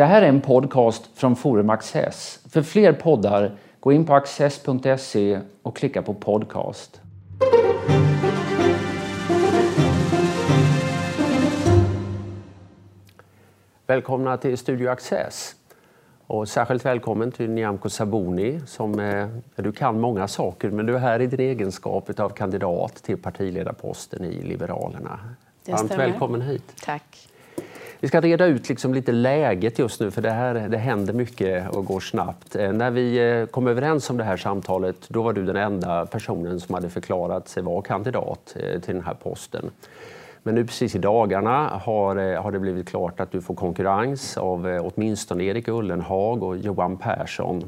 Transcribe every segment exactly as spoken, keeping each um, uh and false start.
Det här är en podcast från Forum Access. För fler poddar, gå in på access punkt se och klicka på podcast. Välkomna till Studio Access. Och särskilt välkommen till Nyamko Sabuni som eh, du kan många saker, men du är här i din egenskap av kandidat till partiledarposten i Liberalerna. Varmt välkommen hit. Tack. Vi ska reda ut liksom lite läget just nu, för det, här, det händer mycket och går snabbt. Eh, när vi eh, kom överens om det här samtalet, då var du den enda personen som hade förklarat sig vara kandidat eh, till den här posten. Men nu precis i dagarna har, har det blivit klart att du får konkurrens av eh, åtminstone Erik Ullenhag och Johan Persson.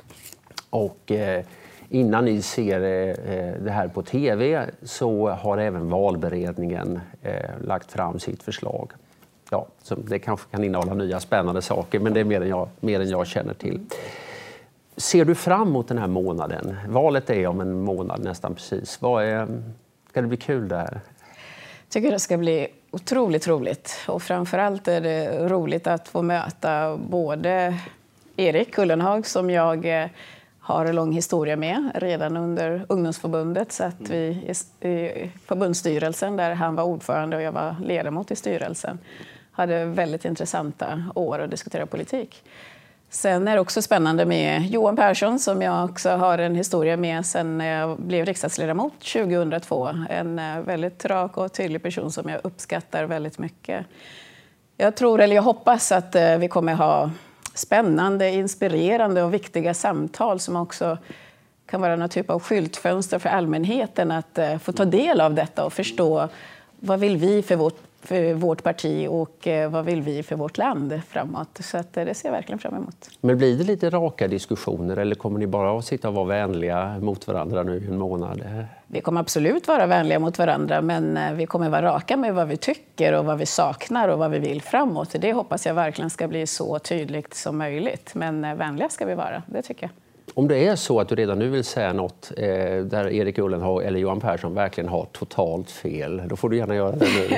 Och eh, innan ni ser eh, det här på tv så har även valberedningen eh, lagt fram sitt förslag. Ja, så det kanske kan innehålla nya spännande saker, men det är mer än jag, mer än jag känner till. Ser du fram emot den här månaden? Valet är om en månad nästan precis. Vad är, ska det bli kul där? Jag tycker det ska bli otroligt roligt. Och framförallt är det roligt att få möta både Erik Ullenhag, som jag har en lång historia med redan under ungdomsförbundet. Så att vi i förbundsstyrelsen, där han var ordförande och jag var ledamot i styrelsen, hade väldigt intressanta år att diskutera politik. Sen är det också spännande med Johan Persson, som jag också har en historia med sedan jag blev riksdagsledamot tjugohundratvå. En väldigt rak och tydlig person som jag uppskattar väldigt mycket. Jag tror, eller jag hoppas, att vi kommer ha spännande, inspirerande och viktiga samtal som också kan vara någon typ av skyltfönster för allmänheten att få ta del av detta och förstå vad vill vi för vårt för vårt parti och vad vill vi för vårt land framåt. Så att det ser jag verkligen fram emot. Men blir det lite raka diskussioner eller kommer ni bara att sitta och vara vänliga mot varandra nu i en månad? Vi kommer absolut vara vänliga mot varandra, men vi kommer vara raka med vad vi tycker och vad vi saknar och vad vi vill framåt. Det hoppas jag verkligen ska bli så tydligt som möjligt. Men vänliga ska vi vara, det tycker jag. Om det är så att du redan nu vill säga något eh, där Erik Ullenhag eller Johan Persson verkligen har totalt fel, då får du gärna göra det nu.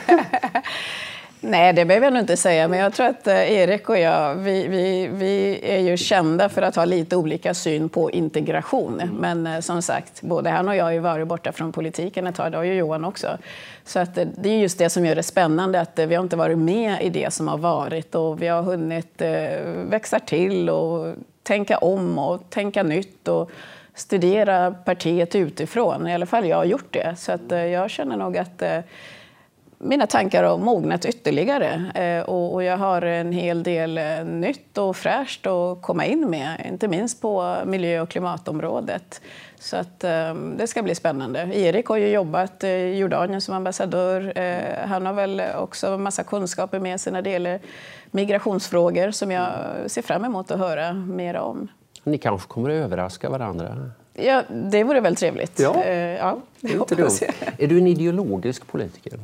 Nej, det behöver jag nog inte säga, men jag tror att Erik och jag, vi, vi, vi är ju kända för att ha lite olika syn på integration. Mm. Men eh, som sagt, både han och jag har ju varit borta från politiken ett tag, det har ju Johan också. Så att det, det är just det som gör det spännande, att vi har inte varit med i det som har varit och vi har hunnit eh, växa till och tänka om och tänka nytt och studera partiet utifrån. I alla fall jag har gjort det. Så att jag känner nog att eh, mina tankar har mognat ytterligare. Eh, och, och jag har en hel del eh, nytt och fräscht att komma in med. Inte minst på miljö- och klimatområdet. Så att eh, det ska bli spännande. Erik har ju jobbat i Jordanien som ambassadör. Eh, han har väl också massa kunskaper med sig när det gäller migrationsfrågor som jag ser fram emot att höra mer om. Ni kanske kommer att överraska varandra? Ja, det vore väl trevligt. Ja, eh, ja det är inte dumt. Är du en ideologisk politiker?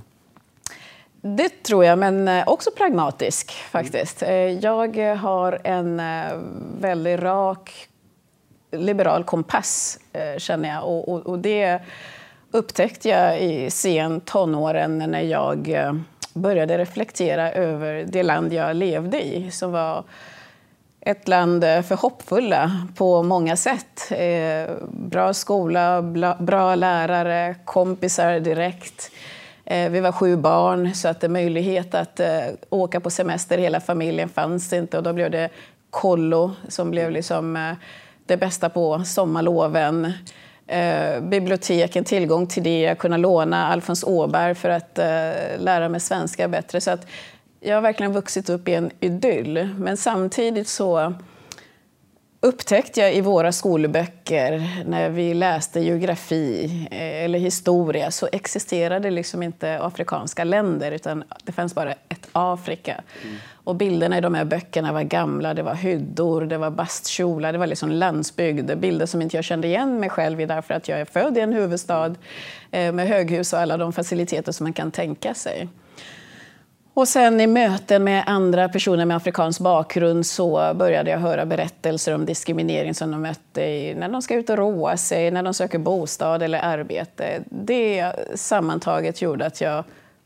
Det tror jag, men också pragmatisk faktiskt. Jag har en väldigt rak liberal kompass, känner jag. Och, och, och det upptäckte jag i sen tonåren när jag började reflektera över det land jag levde i, som var ett land för hoppfulla på många sätt. Bra skola, bra lärare, kompisar direkt. Vi var sju barn, så att det möjlighet att åka på semester hela familjen fanns inte. Och då blev det kollo som blev liksom det bästa på sommarloven. Biblioteken, tillgång till det, kunna låna Alfons Åberg för att lära mig svenska bättre. Så att jag har verkligen vuxit upp i en idyll. Men samtidigt så upptäckte jag i våra skolböcker när vi läste geografi eller historia, så existerade liksom inte afrikanska länder, utan det fanns bara ett Afrika. Mm. Och bilderna i de här böckerna var gamla, det var hyddor, det var bastkjolar, det var liksom landsbygd. Bilder som inte jag kände igen mig själv i, därför att jag är född i en huvudstad med höghus och alla de faciliteter som man kan tänka sig. Och sen i möten med andra personer med afrikansk bakgrund så började jag höra berättelser om diskriminering som de mötte i, när de ska ut och roa sig, när de söker bostad eller arbete. Det sammantaget gjorde att jag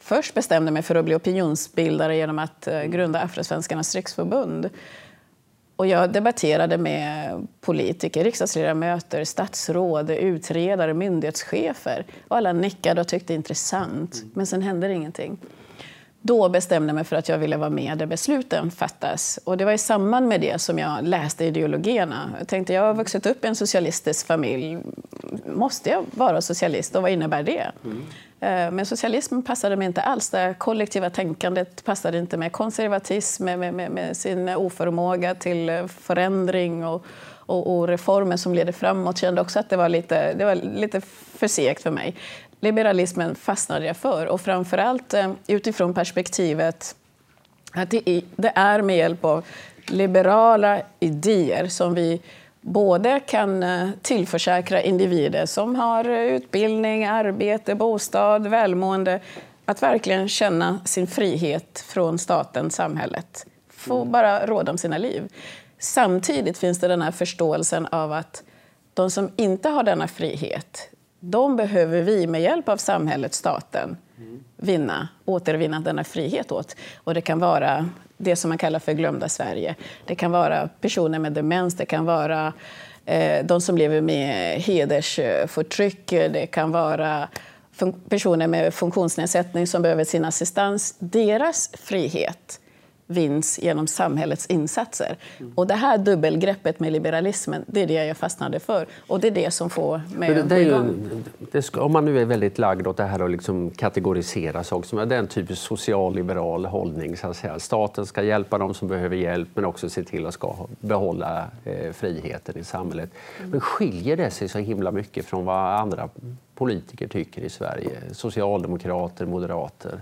först bestämde mig för att bli opinionsbildare genom att grunda Afrosvenskarnas riksförbund. Och jag debatterade med politiker, riksdagsledamöter, statsråd, utredare, myndighetschefer. Och alla nickade och tyckte det var intressant. Men sen hände det ingenting. Då bestämde jag mig för att jag ville vara med där besluten fattas. Och det var i samband med det som jag läste ideologierna. Jag tänkte, jag har vuxit upp i en socialistisk familj. Måste jag vara socialist och vad innebär det? Mm. Men socialism passade mig inte alls. Det kollektiva tänkandet passade inte med. Konservatism med, med, med sin oförmåga till förändring och, och, och reformer som leder framåt. Kände också att det var lite, det var lite för segt för mig. Liberalismen fastnade jag för, och framförallt utifrån perspektivet att det är med hjälp av liberala idéer som vi både kan tillförsäkra individer som har utbildning, arbete, bostad, välmående att verkligen känna sin frihet från staten, samhället. Få bara råda om sina liv. Samtidigt finns det den här förståelsen av att de som inte har denna frihet, de behöver vi med hjälp av samhället, staten, vinna, återvinna denna frihet åt. Och det kan vara det som man kallar för glömda Sverige. Det kan vara personer med demens, det kan vara eh, de som lever med hedersförtryck, det kan vara personer med funktionsnedsättning som behöver sin assistans. Deras frihet vinns genom samhällets insatser. Och det här dubbelgreppet med liberalismen, det är det jag fastnade för. Och det är det som får mig att gå igång. Om man nu är väldigt lagd åt det här och liksom kategorisera saker, det är en typisk socialliberal hållning. Så att säga. Staten ska hjälpa dem som behöver hjälp, men också se till att ska behålla eh, friheten i samhället. Mm. Men skiljer det sig så himla mycket från vad andra politiker tycker i Sverige? Socialdemokrater, moderater?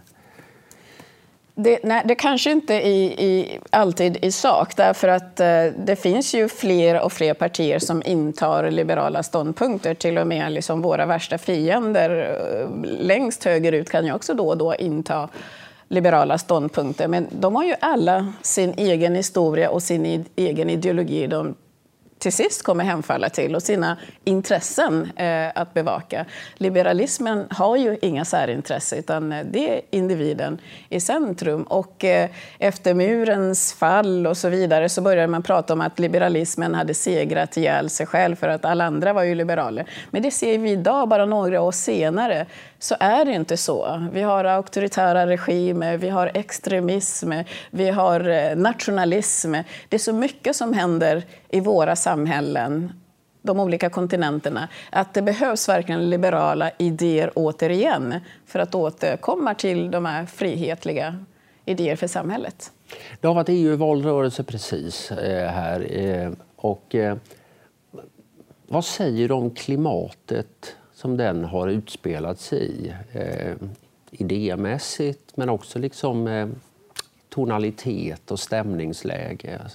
Det, nej, det kanske inte i, i, alltid i sak, därför att eh, det finns ju fler och fler partier som intar liberala ståndpunkter. Till och med liksom våra värsta fiender eh, längst högerut kan ju också då och då inta liberala ståndpunkter. Men de har ju alla sin egen historia och sin i, egen ideologi de till sist kommer hemfalla till, och sina intressen eh, att bevaka. Liberalismen har ju inga särintresse, utan det är individen i centrum. Och eh, efter murens fall och så vidare så började man prata om att liberalismen hade segrat ihjäl sig själv för att alla andra var ju liberaler. Men det ser vi idag, bara några år senare, så är det inte så. Vi har auktoritära regimer, vi har extremism, vi har nationalism. Det är så mycket som händer i våra samhällen, de olika kontinenterna, att det behövs verkligen liberala idéer återigen för att återkomma till de här frihetliga idéer för samhället. Det har varit E U-valrörelse precis här. Och vad säger du om klimatet som den har utspelat sig i? Eh, idémässigt, men också liksom eh, tonalitet och stämningsläge. Alltså.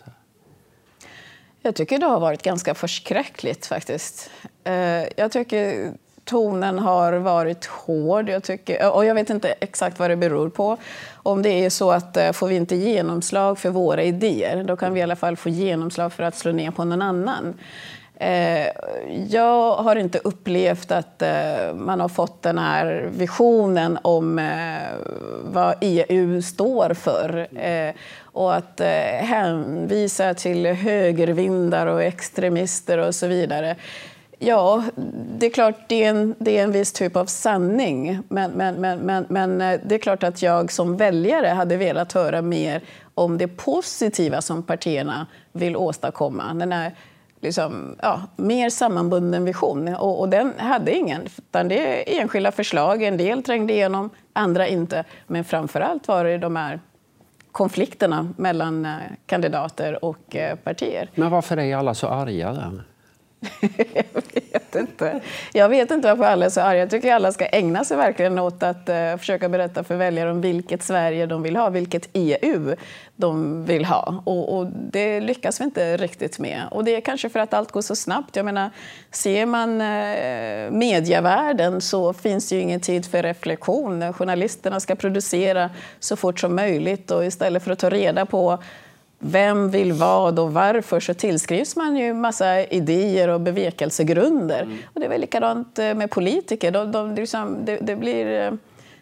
Jag tycker det har varit ganska förskräckligt faktiskt. Eh, jag tycker tonen har varit hård. Jag tycker, och jag vet inte exakt vad det beror på. Om det är så att eh, får vi inte genomslag för våra idéer, då kan vi i alla fall få genomslag för att slå ner på någon annan. Jag har inte upplevt att man har fått den här visionen om vad E U står för. Och att hänvisa till högervindar och extremister och så vidare. Ja, det är klart det är en, det är en viss typ av sanning. Men, men, men, men, men det är klart att jag som väljare hade velat höra mer om det positiva som partierna vill åstadkomma. Den här liksom, ja, mer sammanbunden vision, och, och den hade ingen, utan det är enskilda förslag, en del trängde igenom, andra inte, men framförallt var det de här konflikterna mellan kandidater och partier. Men varför är alla så arga där? Jag vet inte. Jag vet inte varför alla är så arga. Jag tycker alla ska ägna sig verkligen åt att uh, försöka berätta för väljare om vilket Sverige de vill ha, vilket E U de vill ha. Och, och det lyckas vi inte riktigt med. Och det är kanske för att allt går så snabbt. Jag menar, ser man uh, medievärlden så finns det ju ingen tid för reflektion. Journalisterna ska producera så fort som möjligt, och istället för att ta reda på vem vill vad och varför, så tillskrivs man ju massa idéer och bevekelsegrunder. Mm. Och det är väl likadant med politiker. De, de, det, liksom, det, det blir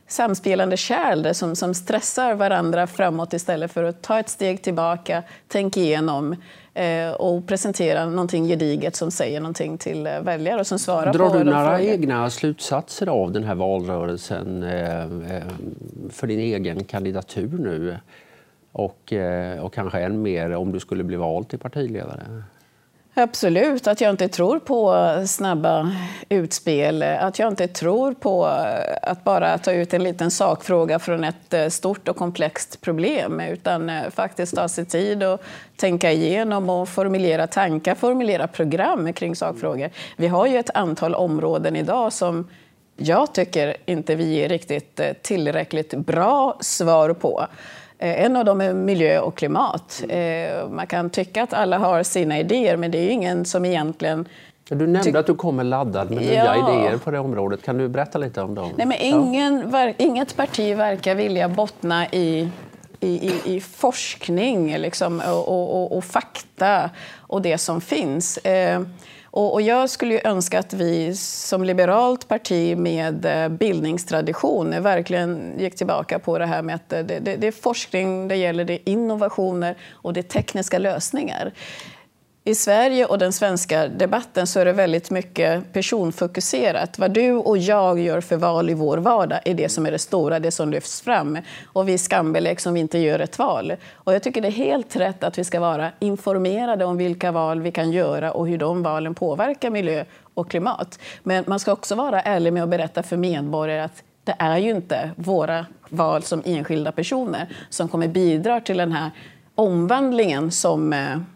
samspelande kärl som, som stressar varandra framåt istället för att ta ett steg tillbaka, tänka igenom eh, och presentera någonting gediget som säger någonting till väljare och som svarar Drar på du några frågor. egna slutsatser av den här valrörelsen eh, för din egen kandidatur nu? Och, eh, och kanske än mer om du skulle bli vald till partiledare? Absolut, att jag inte tror på snabba utspel, att jag inte tror på att bara ta ut en liten sakfråga från ett stort och komplext problem, utan faktiskt ta sig tid och tänka igenom och formulera tankar, formulera program kring sakfrågor. Vi har ju ett antal områden idag som jag tycker inte vi ger riktigt tillräckligt bra svar på. En av dem är miljö och klimat. Man kan tycka att alla har sina idéer, men det är ju ingen som egentligen... Du nämnde att du kommer laddad med nya ja. idéer på det området. Kan du berätta lite om dem? Nej, men ingen, ja. Inget parti verkar vilja bottna i, i, i, i forskning liksom, och, och, och fakta och det som finns. Och, och jag skulle ju önska att vi som liberalt parti med bildningstradition verkligen gick tillbaka på det här med att det, det, det är forskning, det gäller det innovationer och det är tekniska lösningar. I Sverige och den svenska debatten så är det väldigt mycket personfokuserat. Vad du och jag gör för val i vår vardag är det som är det stora, det som lyfts fram. Och vi skambeläggs om vi inte gör ett val. Och jag tycker det är helt rätt att vi ska vara informerade om vilka val vi kan göra och hur de valen påverkar miljö och klimat. Men man ska också vara ärlig med att berätta för medborgare att det är ju inte våra val som enskilda personer som kommer bidra till den här omvandlingen som...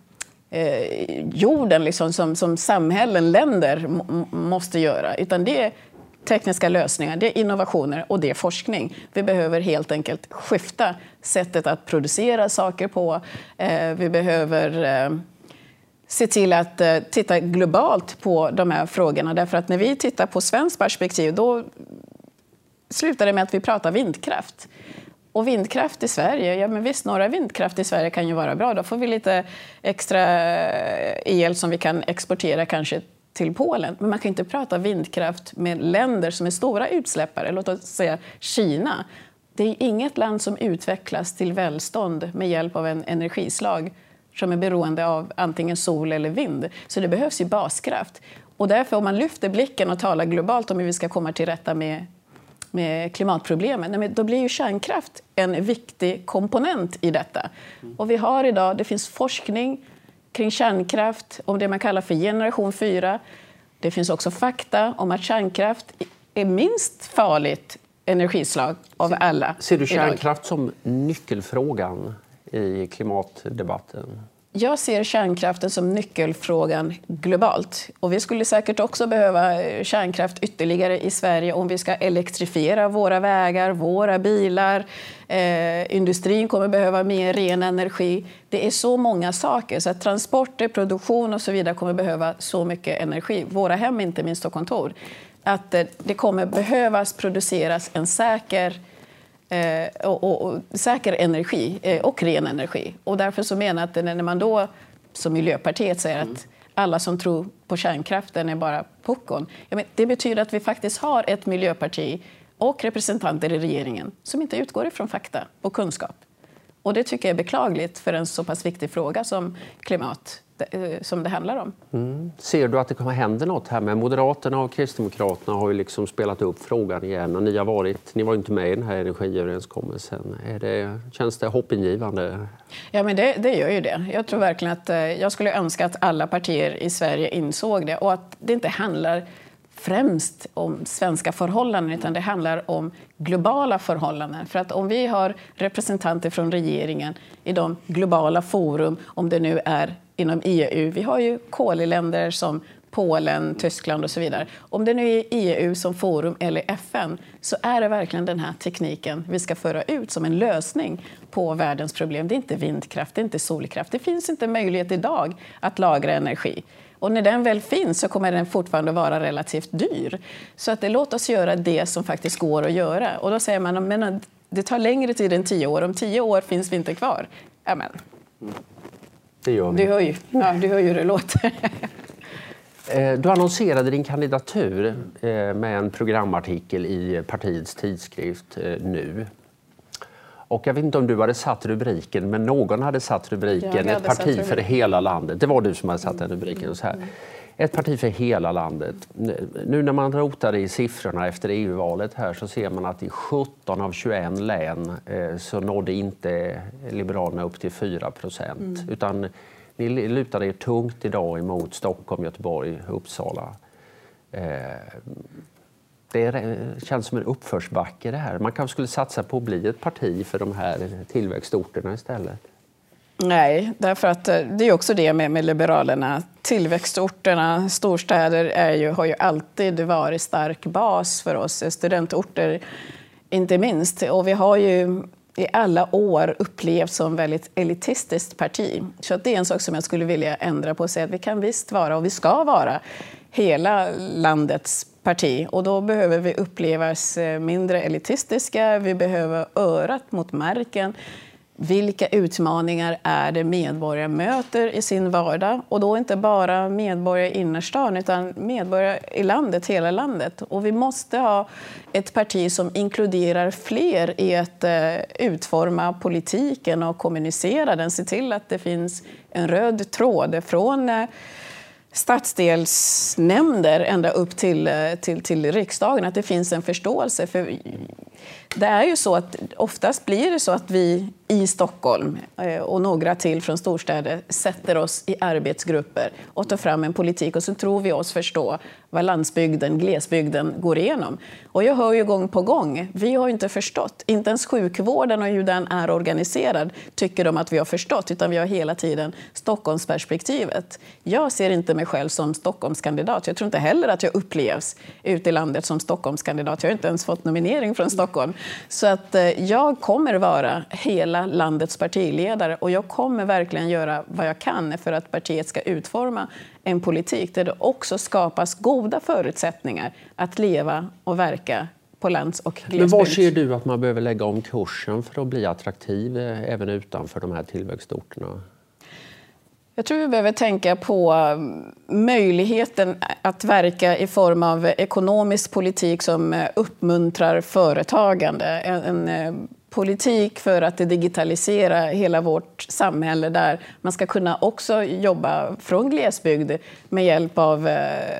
Eh, jorden liksom, som, som samhällen, länder m- måste göra. Utan det är tekniska lösningar, det är innovationer och det är forskning. Vi behöver helt enkelt skifta sättet att producera saker på. Eh, vi behöver eh, se till att eh, titta globalt på de här frågorna. Därför att när vi tittar på svenskt perspektiv då slutar det med att vi pratar vindkraft. Och vindkraft i Sverige, ja men visst, några vindkraft i Sverige kan ju vara bra. Då får vi lite extra el som vi kan exportera kanske till Polen. Men man kan inte prata vindkraft med länder som är stora utsläppare, låt oss säga Kina. Det är inget land som utvecklas till välstånd med hjälp av en energislag som är beroende av antingen sol eller vind. Så det behövs ju baskraft. Och därför om man lyfter blicken och talar globalt om hur vi ska komma till rätta med med klimatproblemen, då blir ju kärnkraft en viktig komponent i detta. Och vi har idag, det finns forskning kring kärnkraft om det man kallar för generation fyra. Det finns också fakta om att kärnkraft är minst farligt energislag av alla. Ser du kärnkraft idag som nyckelfrågan i klimatdebatten? Jag ser kärnkraften som nyckelfrågan globalt. Och vi skulle säkert också behöva kärnkraft ytterligare i Sverige om vi ska elektrifiera våra vägar, våra bilar. Eh, industrin kommer behöva mer ren energi. Det är så många saker. Så att transporter, produktion och så vidare kommer behöva så mycket energi. Våra hem inte minst och kontor. Att eh, det kommer behövas produceras en säker Eh, och, och, och säker energi eh, och ren energi. Och därför så menar jag att när man då som Miljöpartiet säger mm. att alla som tror på kärnkraften är bara puckon. Ja, men det betyder att vi faktiskt har ett miljöparti och representanter i regeringen som inte utgår ifrån fakta och kunskap. Och det tycker jag är beklagligt för en så pass viktig fråga som klimat som det handlar om. Mm. Ser du att det kommer hända något här med Moderaterna och Kristdemokraterna har ju liksom spelat upp frågan igen och ni har varit, ni var inte med i den här energiöverenskommelsen. Är det, känns det hoppingivande? Ja, men det, det gör ju det. Jag tror verkligen att jag skulle önska att alla partier i Sverige insåg det och att det inte handlar främst om svenska förhållanden utan det handlar om globala förhållanden. För att om vi har representanter från regeringen i de globala forum, om det nu är inom E U, vi har ju kolländer som Polen, Tyskland och så vidare. Om det nu är E U som forum eller F N så är det verkligen den här tekniken vi ska föra ut som en lösning på världens problem. Det är inte vindkraft, det är inte solkraft. Det finns inte möjlighet idag att lagra energi. Och när den väl finns så kommer den fortfarande vara relativt dyr. Så att det, låt oss göra det som faktiskt går att göra. Och då säger man men det tar längre tid än tio år. Om tio år finns vi inte kvar. Amen. Det gör vi. Du hör ju, ja, du hör ju hur det låter. Du annonserade din kandidatur med en programartikel i partiets tidskrift Nu. Och jag vet inte om du hade satt rubriken, men någon hade satt rubriken hade Ett parti för hela landet. Det var du som hade satt den rubriken. Så här. Ett parti för hela landet. Nu när man rotar i siffrorna efter E U-valet här så ser man att i sjutton av tjugoett län så nådde inte Liberalerna upp till fyra procent. Mm. Utan ni lutar er tungt idag emot Stockholm, Göteborg, Uppsala. Det känns som en uppförsbacke det här. Man kanske skulle satsa på att bli ett parti för de här tillväxtorterna istället. Nej, därför att det är också det med, med Liberalerna. Tillväxtorterna, storstäder är ju, har ju alltid varit stark bas för oss. Studentorter inte minst. Och vi har ju i alla år upplevt som väldigt elitistiskt parti. Så att det är en sak som jag skulle vilja ändra på och säga att vi kan visst vara och vi ska vara hela landets parti. Och då behöver vi upplevas mindre elitistiska, vi behöver örat mot marken. Vilka utmaningar är det medborgare möter i sin vardag? Och då inte bara medborgare i innerstan utan medborgare i landet, hela landet. Och vi måste ha ett parti som inkluderar fler i att utforma politiken och kommunicera den. Se till att det finns en röd tråd från stadsdelsnämnder ända upp till, till, till riksdagen, att det finns en förståelse. För det är ju så att oftast blir det så att vi i Stockholm och några till från storstäder sätter oss i arbetsgrupper och tar fram en politik och så tror vi oss förstå vad landsbygden, glesbygden går igenom. Och jag hör ju gång på gång, vi har inte förstått. Inte ens sjukvården och hur den är organiserad tycker de att vi har förstått, utan vi har hela tiden Stockholmsperspektivet. Jag ser inte mig själv som Stockholmskandidat. Jag tror inte heller att jag upplevs ute i landet som Stockholmskandidat. Jag har inte ens fått nominering från Stockholm. Så att jag kommer vara hela landets partiledare och jag kommer verkligen göra vad jag kan för att partiet ska utforma en politik där det också skapas goda förutsättningar att leva och verka på lands- och glesbygd. Men var ser du att man behöver lägga om kursen för att bli attraktiv även utanför de här tillväxtorterna? Jag tror vi behöver tänka på möjligheten att verka i form av ekonomisk politik som uppmuntrar företagande. En, en politik för att digitalisera hela vårt samhälle där man ska kunna också jobba från glesbygd med hjälp av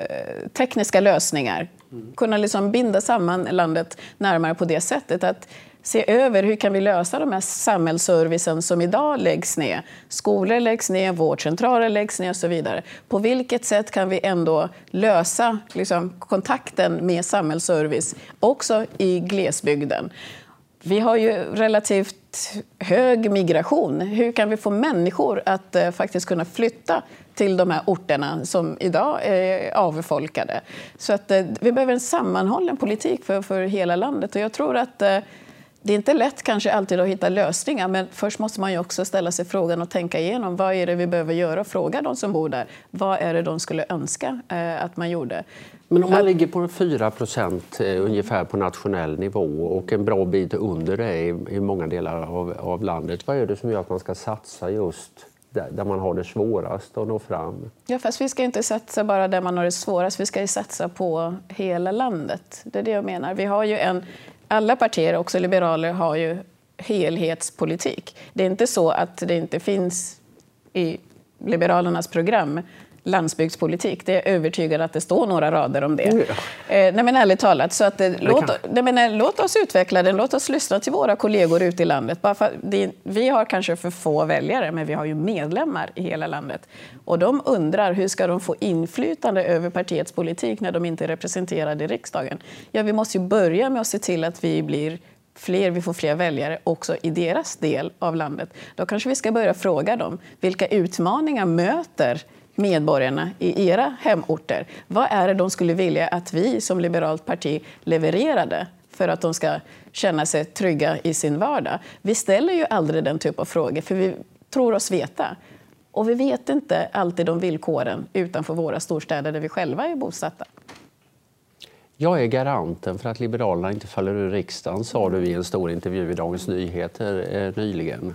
tekniska lösningar. Kunna liksom binda samman landet närmare på det sättet att se över hur kan vi lösa de här samhällsservicen som idag läggs ner. Skolor läggs ner, vårdcentraler läggs ner och så vidare. På vilket sätt kan vi ändå lösa liksom, kontakten med samhällsservice också i glesbygden? Vi har ju relativt hög migration. Hur kan vi få människor att eh, faktiskt kunna flytta till de här orterna som idag är avfolkade? Så att eh, vi behöver en sammanhållen politik för, för hela landet. Och jag tror att eh, det är inte lätt kanske alltid att hitta lösningar, men först måste man ju också ställa sig frågan och tänka igenom vad är det vi behöver göra och fråga de som bor där. Vad är det de skulle önska eh, att man gjorde? Men om man ligger på fyra procent eh, ungefär på nationell nivå och en bra bit under det i, i många delar av, av landet, vad är det som gör att man ska satsa just där, där man har det svårast att nå fram? Ja, fast vi ska inte satsa bara där man har det svårast, vi ska ju satsa på hela landet. Det är det jag menar. Vi har ju en Alla partier, också liberaler, har ju helhetspolitik. Det är inte så att det inte finns i Liberalernas program landsbygdspolitik. Det är övertygad att det står några rader om det. Mm. Eh, nej men ärligt talat. Så att, eh, låt, nej men, låt oss utveckla den. Låt oss lyssna till våra kollegor ute i landet. Bara för, det, vi har kanske för få väljare, men vi har ju medlemmar i hela landet. Och de undrar hur ska de få inflytande över partiets politik när de inte är representerade i riksdagen. Ja, vi måste ju börja med att se till att vi blir fler, vi får fler väljare också i deras del av landet. Då kanske vi ska börja fråga dem vilka utmaningar möter medborgarna i era hemorter. Vad är det de skulle vilja att vi som liberalt parti levererade för att de ska känna sig trygga i sin vardag? Vi ställer ju aldrig den typ av frågor för vi tror oss veta. Och vi vet inte alltid de villkoren utanför våra storstäder där vi själva är bosatta. Jag är garanten för att Liberalerna inte faller ur riksdagen, sa du i en stor intervju i Dagens Nyheter eh, nyligen.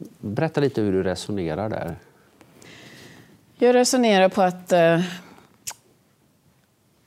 Berätta lite hur du resonerar där. Jag resonerar på att eh,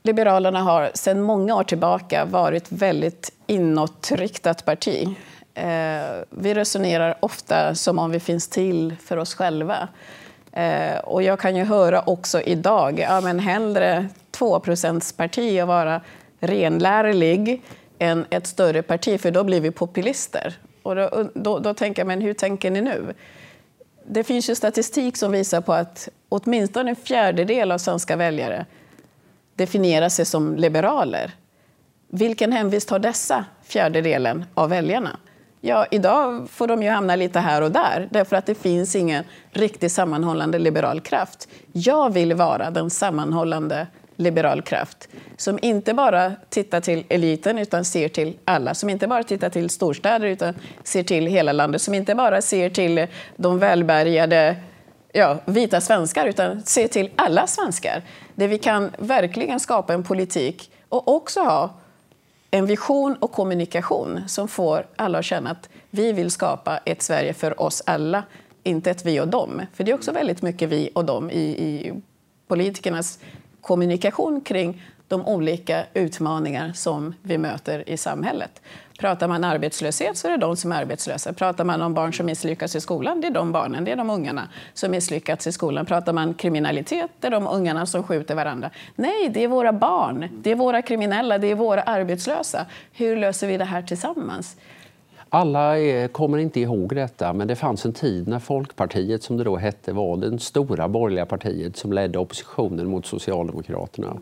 Liberalerna har sedan många år tillbaka varit väldigt inåtriktat parti. Eh, vi resonerar ofta som om vi finns till för oss själva. Eh, och jag kan ju höra också idag, ja men hellre två procents parti och vara renlärlig än ett större parti, för då blir vi populister. Och då, då, då tänker jag, men hur tänker ni nu? Det finns ju statistik som visar på att åtminstone en fjärdedel av svenska väljare definierar sig som liberaler. Vilken hemvist har dessa fjärdedelen av väljarna? Ja, idag får de ju hamna lite här och där, därför att det finns ingen riktigt sammanhållande liberal kraft. Jag vill vara den sammanhållande liberal kraft som inte bara tittar till eliten utan ser till alla, som inte bara tittar till storstäder utan ser till hela landet, som inte bara ser till de välbärgade, ja, vita svenskar utan ser till alla svenskar. Där vi kan verkligen skapa en politik och också ha en vision och kommunikation som får alla att känna att vi vill skapa ett Sverige för oss alla, inte ett vi och dem. För det är också väldigt mycket vi och dem i, i politikernas kommunikation kring de olika utmaningar som vi möter i samhället. Pratar man arbetslöshet så är det de som är arbetslösa. Pratar man om barn som misslyckas i skolan, det är de barnen, det är de ungarna som misslyckats i skolan. Pratar man kriminalitet, det är de ungarna som skjuter varandra. Nej, det är våra barn, det är våra kriminella, det är våra arbetslösa. Hur löser vi det här tillsammans? Alla är, kommer inte ihåg detta, men det fanns en tid när Folkpartiet, som det då hette, var det stora borgerliga partiet som ledde oppositionen mot Socialdemokraterna.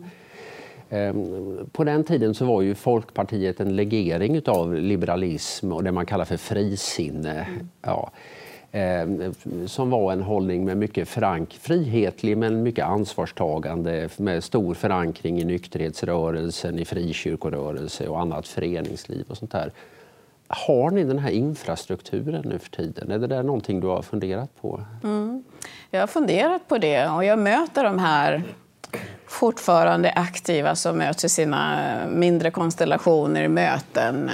På den tiden så var ju Folkpartiet en legering av liberalism och det man kallar för frisinne. Ja. Som var en hållning med mycket frank, frihetlig men mycket ansvarstagande, med stor förankring i nykterhetsrörelsen, i frikyrkorörelse och annat föreningsliv och sånt där. Har ni den här infrastrukturen nu för tiden? Är det där någonting du har funderat på? Mm. Jag har funderat på det och jag möter de här fortfarande aktiva som möts i sina mindre konstellationer, möten,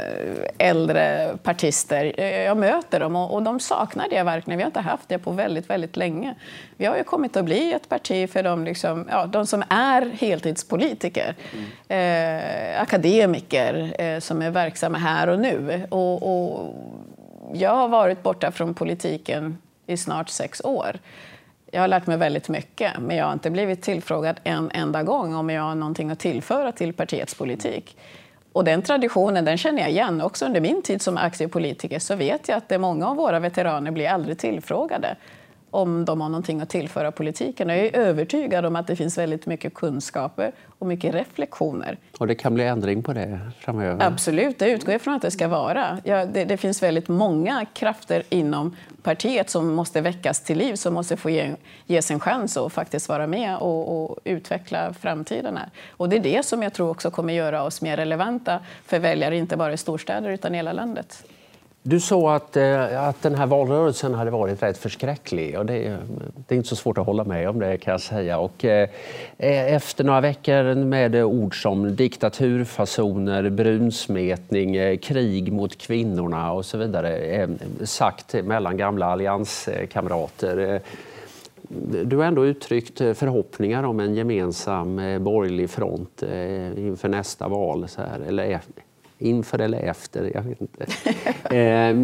äldre partister. Jag möter dem och de saknar det verkligen. Vi har inte haft det på väldigt, väldigt länge. Vi har ju kommit att bli ett parti för de, liksom, ja, de som är heltidspolitiker, mm. eh, akademiker eh, som är verksamma här och nu. Och, och jag har varit borta från politiken i snart sex år. Jag har lärt mig väldigt mycket, men jag har inte blivit tillfrågad en enda gång om jag har någonting att tillföra till partiets politik. Och den traditionen, den känner jag igen. Också under min tid som aktiv politiker så vet jag att det många av våra veteraner blir aldrig tillfrågade om de har någonting att tillföra politiken. Jag är övertygad om att det finns väldigt mycket kunskaper och mycket reflektioner. Och det kan bli ändring på det framöver? Absolut, det utgår ifrån att det ska vara. Ja, det, det finns väldigt många krafter inom partiet som måste väckas till liv, som måste få ge, ges en chans att faktiskt vara med och, och utveckla framtiden här. Och det är det som jag tror också kommer göra oss mer relevanta för väljare, inte bara i storstäder utan i hela landet. Du sa att, att den här valrörelsen hade varit rätt förskräcklig och det, det är inte så svårt att hålla med om det, kan jag säga. Och eh, efter några veckor med ord som diktaturfasoner, brunsmetning, eh, krig mot kvinnorna och så vidare, eh, sagt mellan gamla allianskamrater. Eh, du har ändå uttryckt förhoppningar om en gemensam eh, borgerlig front eh, inför nästa val, så här, eller inför eller efter, jag vet inte. Eh,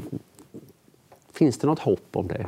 finns det något hopp om det?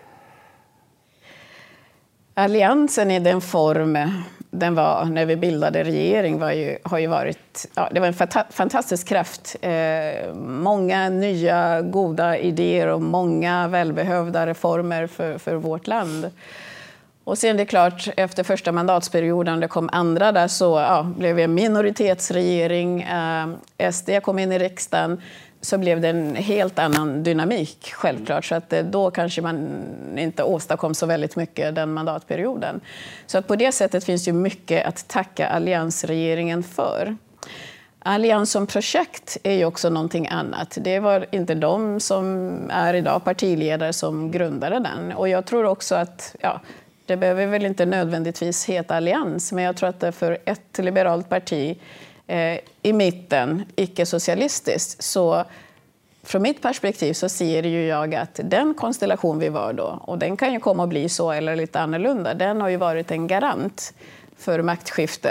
Alliansen i den form den var när vi bildade regering var ju, har ju varit, ja, det var en fanta- fantastisk kraft. Eh, många nya goda idéer och många välbehövda reformer för, för vårt land. Och sen det är klart, efter första mandatperioden, det kom andra där, så ja, blev vi en minoritetsregering. Eh, S D kom in i riksdagen, så blev det en helt annan dynamik självklart. Så att då kanske man inte åstadkom så väldigt mycket den mandatperioden. Så att på det sättet finns ju mycket att tacka alliansregeringen för. Allians som projekt är ju också någonting annat. Det var inte de som är idag partiledare som grundade den. Och jag tror också att, ja, det behöver väl inte nödvändigtvis heta allians, men jag tror att det för ett liberalt parti eh, i mitten, icke-socialistiskt, så från mitt perspektiv så ser ju jag att den konstellation vi var då, och den kan ju komma att bli så eller lite annorlunda, den har ju varit en garant för maktskifte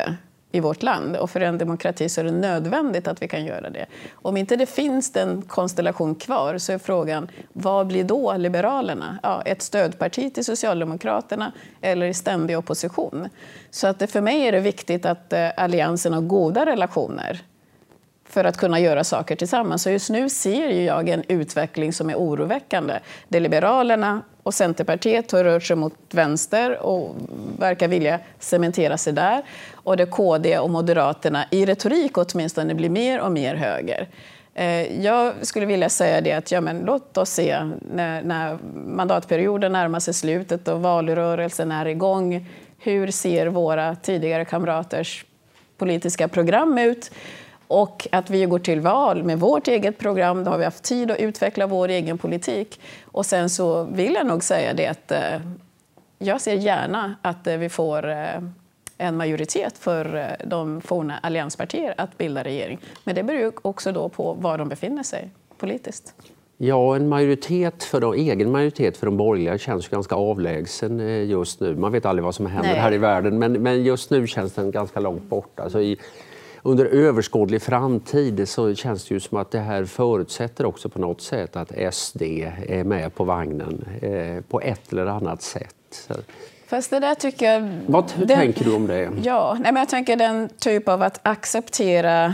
i vårt land. Och för en demokrati så är det nödvändigt att vi kan göra det. Om inte det finns den konstellation kvar så är frågan, vad blir då Liberalerna? Ja, ett stödparti till Socialdemokraterna eller i ständig opposition? Så att det, för mig är det viktigt att eh, alliansen har goda relationer för att kunna göra saker tillsammans. Så just nu ser jag en utveckling som är oroväckande. Det Liberalerna och Centerpartiet har rört sig mot vänster och verkar vilja cementera sig där. Och det K D och Moderaterna i retorik åtminstone blir mer och mer höger. Jag skulle vilja säga det att ja, men låt oss se när, när mandatperioden närmar sig slutet och valrörelsen är igång. Hur ser våra tidigare kamraters politiska program ut? Och att vi går till val med vårt eget program, då har vi haft tid att utveckla vår egen politik. Och sen så vill jag nog säga det att eh, jag ser gärna att eh, vi får eh, en majoritet för eh, de forna allianspartier att bilda regering. Men det beror också då på var de befinner sig politiskt. Ja, en majoritet för de, egen majoritet för de borgerliga känns ganska avlägsen just nu. Man vet aldrig vad som händer Nej. här i världen, men, men just nu känns den ganska långt borta. Alltså i, under överskådlig framtid så känns det ju som att det här förutsätter också på något sätt att S D är med på vagnen eh, på ett eller annat sätt. Så. Fast det där tycker jag... Vad, hur den, tänker du om det? Ja, nej, men jag tänker den typ av att acceptera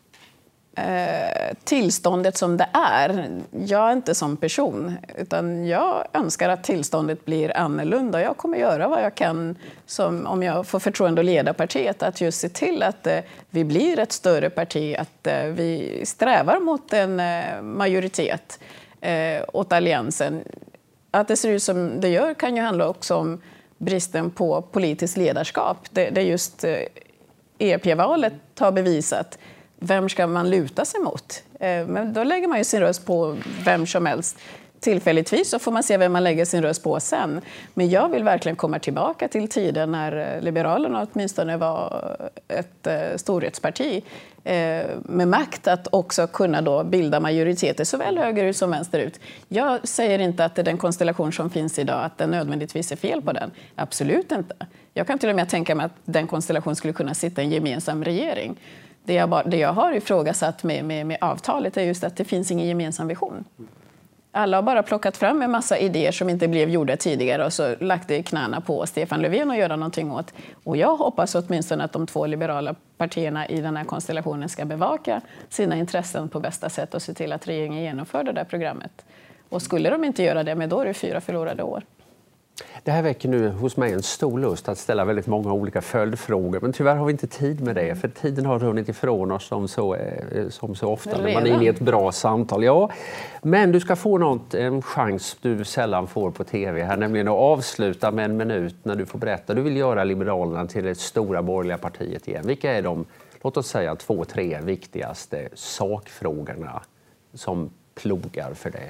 eh, tillståndet som det är. Jag är inte som person, utan jag önskar att tillståndet blir annorlunda. Jag kommer göra vad jag kan, som, om jag får förtroende att leda partiet, att just se till att eh, vi blir ett större parti, att eh, vi strävar mot en eh, majoritet eh, åt alliansen. Att det ser ut som det gör kan ju handla också om bristen på politiskt ledarskap. Det, det just eh, E P-valet har bevisat. Vem ska man luta sig mot? Eh, men då lägger man ju sin röst på vem som helst. Tillfälligtvis så får man se vem man lägger sin röst på sen. Men jag vill verkligen komma tillbaka till tiden när Liberalerna åtminstone var ett eh, storhetsparti eh, med makt att också kunna då bilda majoriteter såväl högerut som vänsterut. Jag säger inte att det är den konstellation som finns idag, att det nödvändigtvis är fel på den. Absolut inte. Jag kan till och med tänka mig att den konstellation skulle kunna sitta i en gemensam regering. Det jag, bara, det jag har ifrågasatt med, med, med avtalet är just att det finns ingen gemensam vision. Alla har bara plockat fram en massa idéer som inte blev gjorda tidigare och så lagt det i knäna på Stefan Löfven att göra någonting åt. Och jag hoppas åtminstone att de två liberala partierna i den här konstellationen ska bevaka sina intressen på bästa sätt och se till att regeringen genomför det där programmet. Och skulle de inte göra det, men då är det fyra förlorade år. Det här väcker nu hos mig en stor lust att ställa väldigt många olika följdfrågor. Men tyvärr har vi inte tid med det, för tiden har runnit ifrån oss som så, som så ofta när man är inne i ett bra samtal. Ja, men du ska få något, en chans du sällan får på tv här, nämligen att avsluta med en minut när du får berätta. Du vill göra Liberalerna till det stora borgerliga partiet igen. Vilka är de, låt oss säga, två, tre viktigaste sakfrågorna som plogar för det?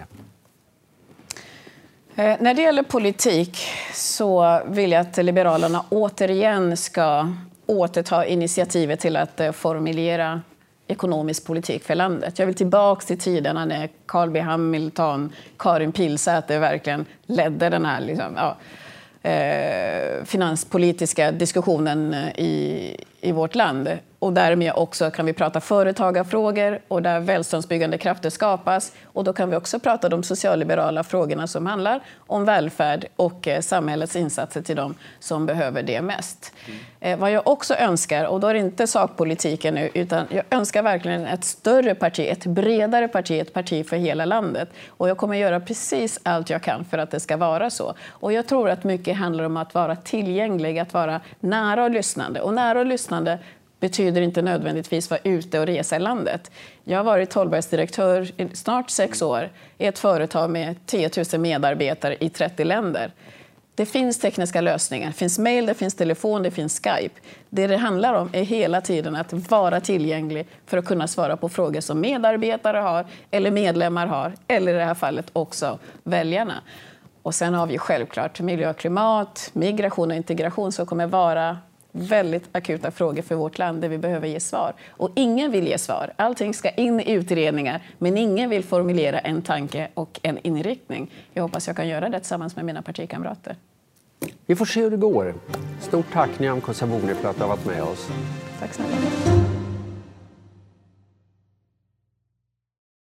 När det gäller politik så vill jag att Liberalerna återigen ska återta initiativet till att formulera ekonomisk politik för landet. Jag vill tillbaka till tiderna när Carl B Hamilton, Karin Pilsäter verkligen ledde den här liksom, ja, eh, finanspolitiska diskussionen i, i vårt land. Och därmed också kan vi prata företagarfrågor och där välståndsbyggande krafter skapas. Och då kan vi också prata de socialliberala frågorna som handlar om välfärd och eh, samhällets insatser till dem som behöver det mest. Mm. Eh, vad jag också önskar, och då är det inte sakpolitiken nu, utan jag önskar verkligen ett större parti, ett bredare parti, ett parti för hela landet. Och jag kommer göra precis allt jag kan för att det ska vara så. Och jag tror att mycket handlar om att vara tillgänglig, att vara nära och lyssnande. Och nära och lyssnande betyder inte nödvändigtvis vara ute och resa i landet. Jag har varit hållbarhetsdirektör i snart sex år i ett företag med tio tusen medarbetare i trettio länder. Det finns tekniska lösningar. Det finns mejl, det finns telefon, det finns Skype. Det det handlar om är hela tiden att vara tillgänglig för att kunna svara på frågor som medarbetare har eller medlemmar har, eller i det här fallet också väljarna. Och sen har vi självklart miljö och klimat, migration och integration som kommer vara väldigt akuta frågor för vårt land där vi behöver ge svar. Och ingen vill ge svar. Allting ska in i utredningar, men ingen vill formulera en tanke och en inriktning. Jag hoppas jag kan göra det tillsammans med mina partikamrater. Vi får se hur det går. Stort tack Nyamko Sabuni för att du har varit med oss. Tack snälla.